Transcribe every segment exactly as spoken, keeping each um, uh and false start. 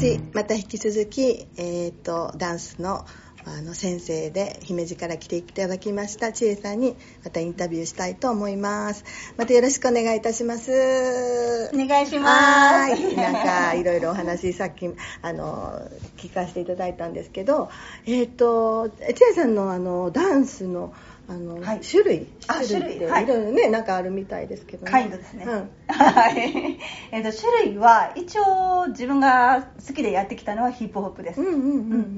私また引き続き、えー、とダンスのあの先生で姫路から来ていただきました千恵さんにまたインタビューしたいと思います。またよろしくお願いいたします。 お願いします。 はい、なんかいろいろお話さっきあの聞かせていただいたんですけど、えっ、ー、と千恵さんのあのダンスのあの、はい、種類種類っていろいろね、なんかあるみたいですけどね。 カインドですね。うん、はい。えっと種類は一応自分が好きでやってきたのはヒップホップです。うんうんうんうん、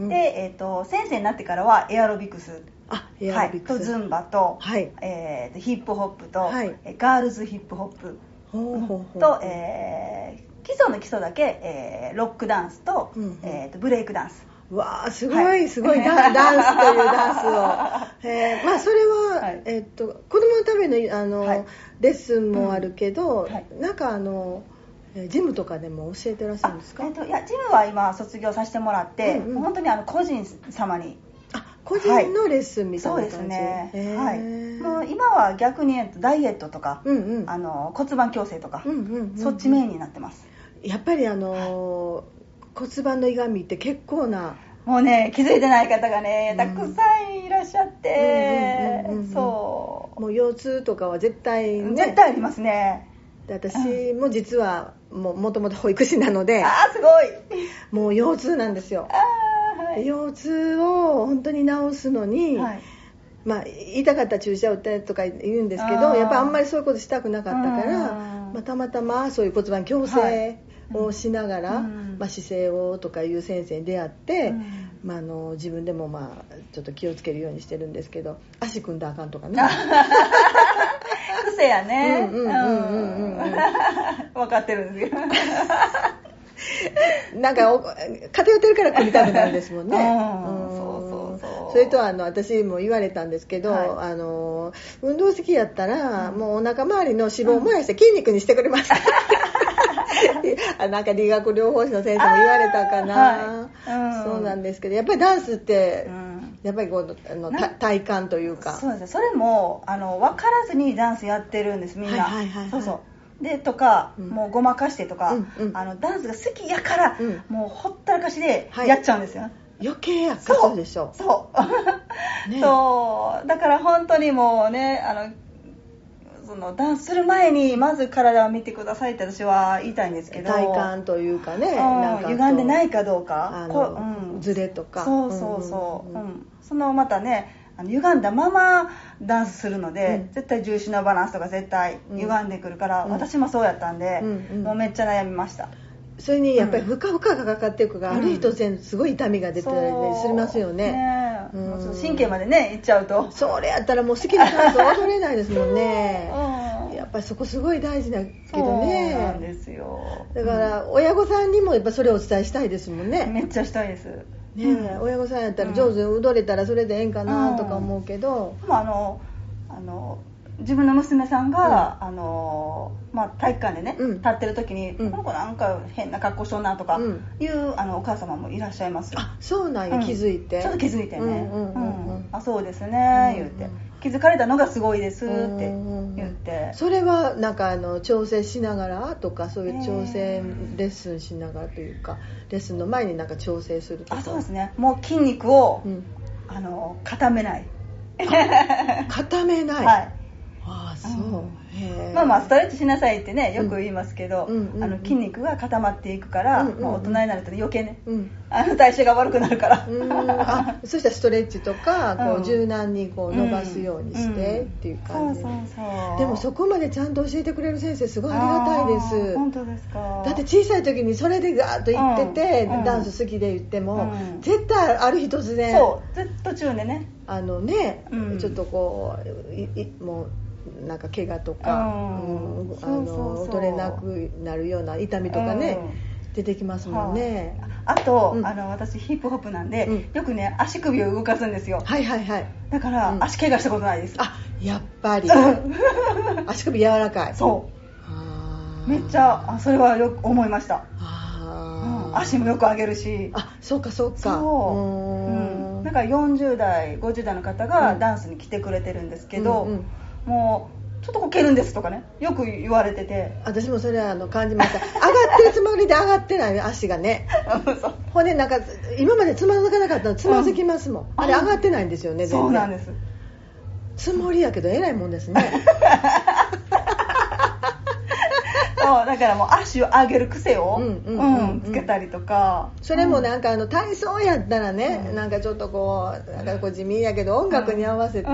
で、えっと先生になってからはエアロビクス、 あ、エアロビクス、 はい、とズンバと、はい、えー、とヒップホップと、はい、ガールズヒップホップほうほうほうと、えー、基礎の基礎だけ、えー、ロックダンスと、うんうん、えー、とブレイクダンス。 わあ、すごい、はい、すごいダン、ダンスというダンスを、えー、まあそれは、はい、えー、っと子供のためのあの、はい、レッスンもあるけど、うん、はい、なんかあのジムとかでも教えてらっしゃるんですか？ えー、っといやジムは今卒業させてもらって、うんうん、本当にあの個人様に、 あ、個人のレッスンみたいな感じ、はい、そうですね、はい、もう今は逆にダイエットとか、うんうん、あの骨盤矯正とか、うんうんうんうん、そっちメインになってます。 やっぱりあの、はい、骨盤の歪みって結構な、 もうね、気づいてない方がね、たくさんいらっしゃって、うんうんうんうん、そうもう腰痛とかは絶対ね、 絶対ありますね。 で私も実はもともと保育士なので、 あーすごい、 もう腰痛なんですよ。あ、はい、腰痛を本当に治すのに、はい、まあ、痛かったら注射打ってとか言うんですけど、やっぱあんまりそういうことしたくなかったから、まあ、たまたまそういう骨盤矯正をしながら、うん、まあ、姿勢をとかいう先生に出会って、うん、まあ、あの自分でもまあちょっと気をつけるようにしてるんですけど、足組んだらあかんとかね癖やね、分かってるんですよなんか偏ってるから組みたくなるんですもんね、 うんうん、そうそうそう。 それとあの私も言われたんですけど、はい、あの運動好きやったら、うん、もうお腹周りの脂肪を燃やして筋肉にしてくれます、うん、なんか理学療法士の先生も言われたかな、はい、うん、そうなんですけど、やっぱりダンスって、うん、やっぱりこうあの体幹というか、 そうですね、それもあの分からずにダンスやってるんですみんな、はいはいはいはい、そうそうでとか、うん、もうごまかしてとか、うんうん、あのダンスが好きやから、うん、もうほったらかしでやっちゃうんですよ、はい、 余計やっかそうでしょ。 そう、ね、そうだから本当にもうね、あのそのダンスする前にまず体を見てくださいって私は言いたいんですけど、 体幹というかね、うん、 なんか歪んでないかどうか、 あの、うん、ズレとか、 そうそうそう、うんうんうん、そのまたね、あの歪んだままダンスするので、うん、絶対重心のバランスとか絶対歪んでくるから、うん、私もそうやったんで、うんうん、もうめっちゃ悩みました。 それにやっぱり負荷負荷がかかっていくから、うん、ある日突然すごい痛みが出てたりしますよね、 ね、うん、神経までねいっちゃうと、 それやったらもう好きなダンス踊れないですもんねうん、やっぱりそこすごい大事だけどね。 そうなんですよ。 だから親御さんにもやっぱそれをお伝えしたいですもんね。 めっちゃしたいですね、うん、親御さんやったら上手に踊れたらそれでええんかなとか思うけど、 うん、でもあのあの自分の娘さんが、うん、あのまあ、体育館でね、うん、立ってる時に、うん、この子なんか変な格好しとんなとかいう、うん、あのお母様もいらっしゃいます。 あ、そうなんや、気づいてちょっと気づいてね、あ、そうですね、言って、気づかれたのがすごいですって言って、 それはなんかあの調整しながらとか、そういう調整レッスンしながらというか、レッスンの前になんか調整するとか。 あ、そうですね、もう筋肉を、うん、あの固めない固めない、 はい、 ああ、そう、うん、へ、 まあまあストレッチしなさいってねよく言いますけど、うんうんうん、あの筋肉が固まっていくから、うんうんうん、もう大人になると余計ね、うん、あの代謝が悪くなるから、 うん、あ、そしたらストレッチとかこう柔軟にこう伸ばすようにしてっていう感じ、うんうん、そうそうそう。でもそこまでちゃんと教えてくれる先生すごいありがたいです。 本当ですか。 だって小さい時にそれでガーッと言ってて、うん、ダンス好きで言っても、うん、絶対ある日突然、 そう途中でね、 あのね、うん、ちょっとこういいもうなんか怪我とか、踊れなくなるような痛みとかね、うん、出てきますもんね、 はあ、あと、うん、あの私ヒップホップなんで、うん、よくね足首を動かすんですよ。 はいはいはい。 だから、うん、足怪我したことないです。 あ、やっぱり足首柔らかい。 そう、あ、めっちゃ、あ、それはよく思いました。あ、うん、足もよく上げるし。 あ、そうかそうか。 そう、うん、なんかよんじゅう代ごじゅう代の方がダンスに来てくれてるんですけど、うんうんうん、もうちょっとこけるんですとかね、よく言われてて、 私もそれはあの感じました。上がってるつもりで上がってない足がねほんでなんか今までつまずかなかったのつまずきますもん、うん、あれ上がってないんですよね。 そうなんです。 つもりやけど偉いもんですねそうだからもう足を上げる癖をつけたりとか、 それもなんかあの体操やったらね、うん、なんかちょっとこうなんかこう地味やけど音楽に合わせて、うん、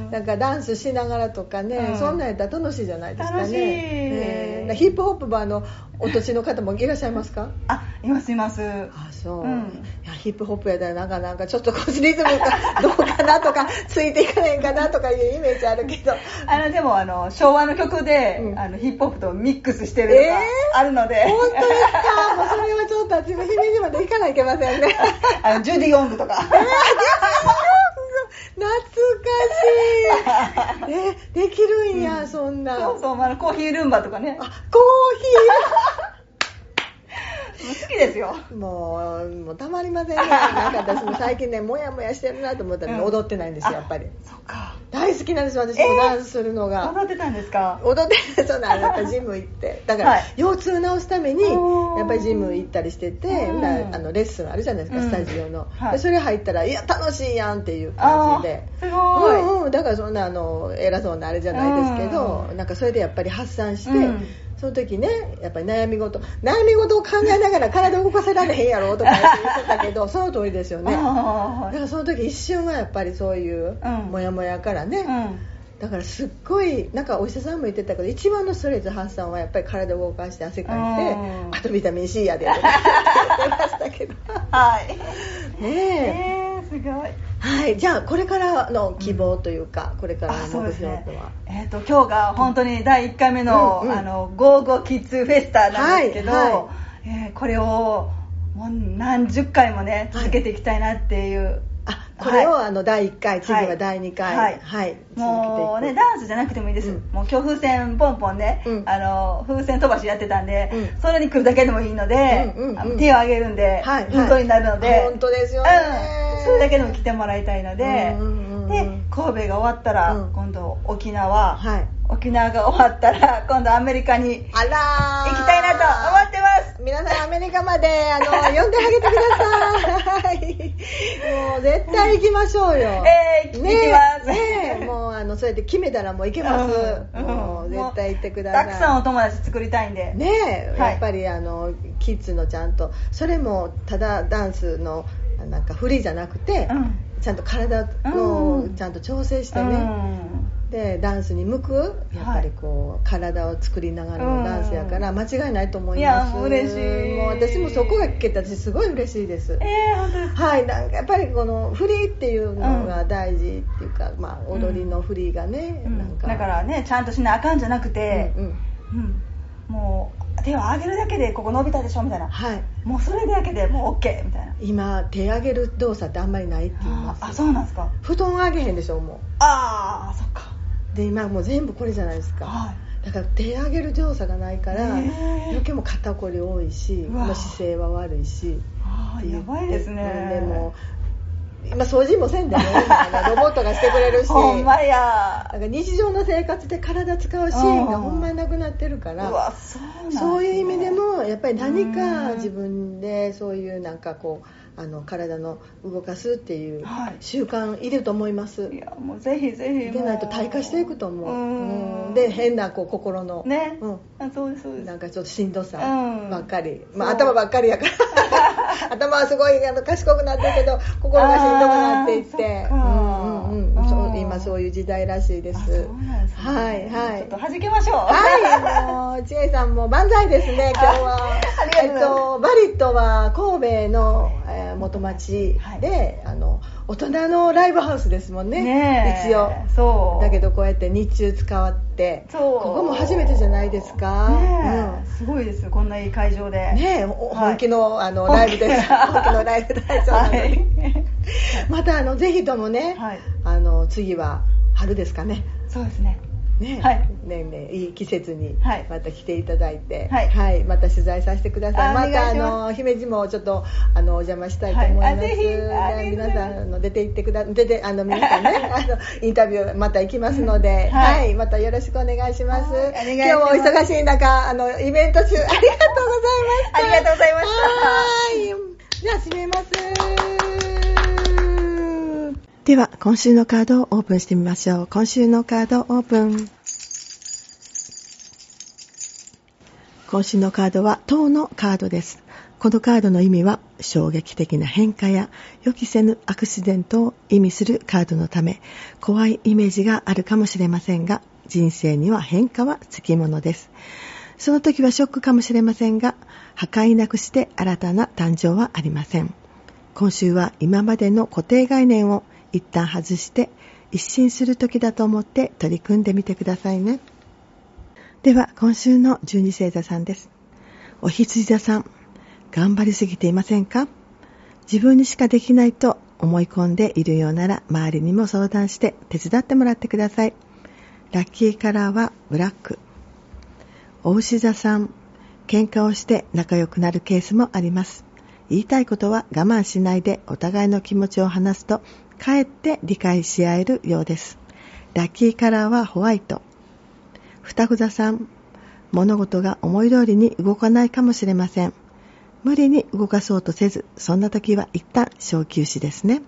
なんかダンスしながらとかね、うん、そんなんやったら楽しいじゃないですかね。楽しい、えー、ヒップホップバーのお年の方もいらっしゃいますか？ あ、いますいます。 あ、そう、うん、いやヒップホップやったらなんかなんかちょっとこうリズムがどうかなとかついていかないかなとかいうイメージあるけどあのでもあの昭和の曲で、うん、あのヒップホップとミックスしてるとかあるので、えー、 本当ですか？もうそれはちょっと私も姫路まで行かないといけませんねあのジュディ・オングとか、えー、ジュディ・オング懐かしいえできるんや、うん、そんな。 そうそう、あのコーヒールンバとかね。 あ、コーヒー好きですよ。 もう、もうたまりませんね。なんか私も最近ねモヤモヤしてるなと思ったら、ね、うん、踊ってないんですよやっぱり。 そっか。 大好きなんです私もダンスするのが。 えー、踊ってたんですか？ 踊ってそうなんやっぱジム行ってだから、はい、腰痛治すためにやっぱりジム行ったりしてて、うん、あのレッスンあるじゃないですか、うん、スタジオの、はい、でそれ入ったらいや楽しいやんっていう感じで、 すごい、 うんうん、だからそんなあの偉そうなあれじゃないですけど、うん、なんかそれでやっぱり発散して、うん、その時ねやっぱり悩み事悩み事を考えながら体を動かせられへんやろとか言ってたけどその通りですよね。だからその時一瞬はやっぱりそういうモヤモヤからね、うん、だからすっごいなんかお医者さんも言ってたけど一番のストレス発散はやっぱり体を動かして汗かいて、うん、あとビタミン C やでとか言ってましたけどはいねえ、 えー、すごい。 はい、じゃあこれからの希望というか、うん、これからの目標とは、ねえー、と今日が本当にだいいっかいめの、うんうん、あのゴーゴーキッズフェスタなんですけど、はいはいえー、これをもう何十回もね続けていきたいなっていう、はいあこれを、はい、あのだいいっかい次はだいにかい、はいはい、もうねダンスじゃなくてもいいです、うん、もう今日風船ポンポンね、うん、あの風船飛ばしやってたんで、うん、それに来るだけでもいいので、うんうんうん、手を挙げるんで、はい、運動になるので、 本当ですよね、 うん、それだけでも来てもらいたいので、うんうんうん、で神戸が終わったら、うん、今度沖縄、はい、沖縄が終わったら今度アメリカに行きたいなと思ってます。 皆さんアメリカまであの呼んであげてくださいもう絶対行きましょうよ、 えー、ね、行きますね、もうあのそうやって決めたらもう行けます、うん、もう絶対行ってください。 たくさんお友達作りたいんでね、やっぱりあのキッズのちゃんとそれもただダンスのなんかフリーじゃなくて、うん、ちゃんと体のちゃんと調整してね、うん、でダンスに向くやっぱりこう、はい、体を作りながらのダンスやから間違いないと思います。 いや嬉しい。 もう私もそこが聞けた私すごい嬉しいです。 えー、本当ですか。 はい、なんかやっぱりこのフリーっていうのが大事っていうか、うん、まあ踊りのフリーがね、 うん、 なんかだからねちゃんとしなあかんじゃなくて、うんうんうん、もう手を上げるだけでここ伸びたでしょみたいな、はい、もうそれだけでもう OK みたいな。 今手上げる動作ってあんまりないって言います。 あ、そうなんですか。 布団上げへんでしょもう。 ああそっか。 で今もう全部これじゃないですか、はい、だから手上げる動作がないから余計も肩こり多いし姿勢は悪いしあやばいですね。 でも今掃除もせんでもロボットがしてくれるしほんまや。 だから日常の生活で体使うシーンがほんまになくなってるから、 うわ そうなんですね、 そういう意味でもやっぱり何か自分でそういうなんかこうあの体の動かすっていう習慣いると思います、はい、 いやもうぜひぜひでないと退化していくと思う、うん、で変なこう心のね、うん、あそうですそうです。 なんかちょっとしんどさばっかり、うん、まあ、頭ばっかりやから頭はすごいあの賢くなってるけど心がしんどくなっていってうんうんうん、そう今そういう時代らしいです。そうなんですね、はいはい。 ちょっと弾けましょう。 はい、もう千恵さんも万歳ですね今日は。ありがとうございます。えっとバリットは神戸の、えー、元町で、はい、あの大人のライブハウスですもんね。ね一応そうだけどこうやって日中使ってそうここも初めてじゃないですか。 ね、うん、すごいですこんないい会場でね、本気の、はい、あのライブです本気のライブ大丈夫なので、はい、またあのぜひともね、はい、あの次は春ですかね。 そうですねね、 はい、 ねねいい季節にはいまた来ていただいて、 はいはい、また取材させてください。 あまたあお願いしますの姫路もちょっとあのお邪魔したいと思います。 はい、あぜひあね皆さんあの出て行ってくだ出てあの皆さんねあのインタビューまた行きますので、 はい、 はい、またよろしくお願いします。 はい、お願いします。 今日もお忙しい中あのイベント中ありがとうございました。 ありがとうございました。 はい、じゃあ閉めます。では今週のカードをオープンしてみましょう。今週のカードオープン。今週のカードは塔のカードです。このカードの意味は衝撃的な変化や予期せぬアクシデントを意味するカードのため、怖いイメージがあるかもしれませんが、人生には変化はつきものです。その時はショックかもしれませんが、破壊なくして新たな誕生はありません。今週は今までの固定概念を一旦外して一新する時だと思って取り組んでみてくださいね。では今週の十二星座さんです。お羊座さん、頑張りすぎていませんか？自分にしかできないと思い込んでいるようなら周りにも相談して手伝ってもらってください。ラッキーカラーはブラック。お牛座さん、喧嘩をして仲良くなるケースもあります。言いたいことは我慢しないでお互いの気持ちを話すとかえって理解し合えるようです。ラッキーカラーはホワイト。双子座さん、物事が思い通りに動かないかもしれません。無理に動かそうとせず、そんな時は一旦小休止ですね。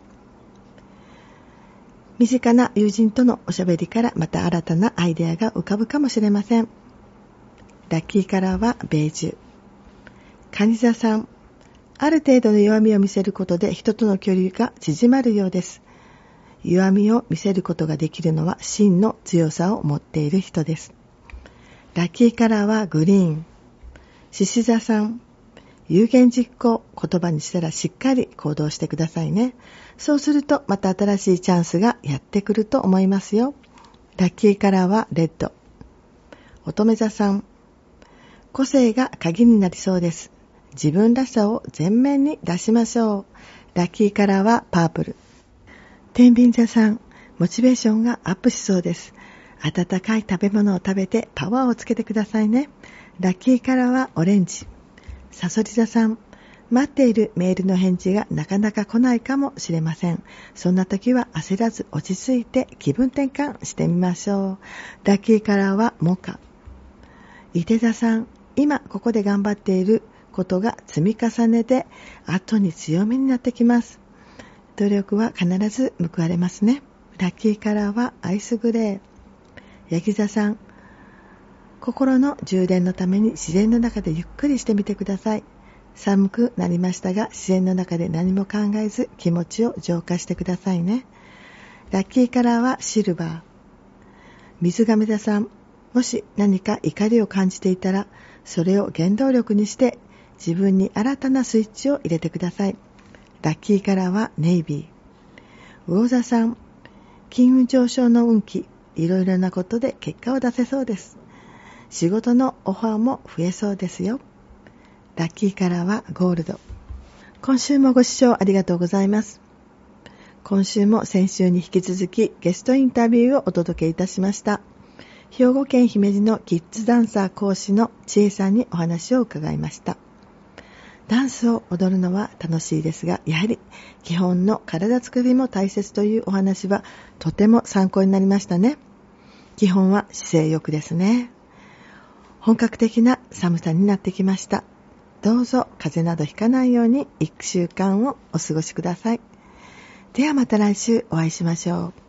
身近な友人とのおしゃべりからまた新たなアイデアが浮かぶかもしれません。ラッキーカラーはベージュ。蟹座さん、ある程度の弱みを見せることで人との距離が縮まるようです。弱みを見せることができるのは真の強さを持っている人です。ラッキーカラーはグリーン。獅子座さん、有言実行、言葉にしたらしっかり行動してくださいね。そうするとまた新しいチャンスがやってくると思いますよ。ラッキーカラーはレッド。乙女座さん、個性が鍵になりそうです。自分らしさを前面に出しましょう。ラッキーカラーはパープル。天秤座さん、モチベーションがアップしそうです。温かい食べ物を食べてパワーをつけてくださいね。ラッキーカラーはオレンジ。さそり座さん、待っているメールの返事がなかなか来ないかもしれません。そんな時は焦らず落ち着いて気分転換してみましょう。ラッキーカラーはモカ。いて座さん、今ここで頑張っていることが積み重ねで後に強みになってきます。努力は必ず報われますね。ラッキーカラーはアイスグレー。ヤギ座さん、心の充電のために自然の中でゆっくりしてみてください。寒くなりましたが自然の中で何も考えず気持ちを浄化してくださいね。ラッキーカラーはシルバー。水亀座さん、もし何か怒りを感じていたらそれを原動力にして自分に新たなスイッチを入れてください。ラッキーカラーはネイビー。魚座さん、金運上昇の運気、いろいろなことで結果を出せそうです。仕事のオファーも増えそうですよ。ラッキーカラーはゴールド。今週もご視聴ありがとうございます。今週も先週に引き続きゲストインタビューをお届けいたしました。兵庫県姫路のキッズダンサー講師の千恵さんにお話を伺いました。ダンスを踊るのは楽しいですが、やはり基本の体作りも大切というお話はとても参考になりましたね。基本は姿勢よくですね。本格的な寒さになってきました。どうぞ風邪などひかないようにいっしゅうかんをお過ごしください。ではまた来週お会いしましょう。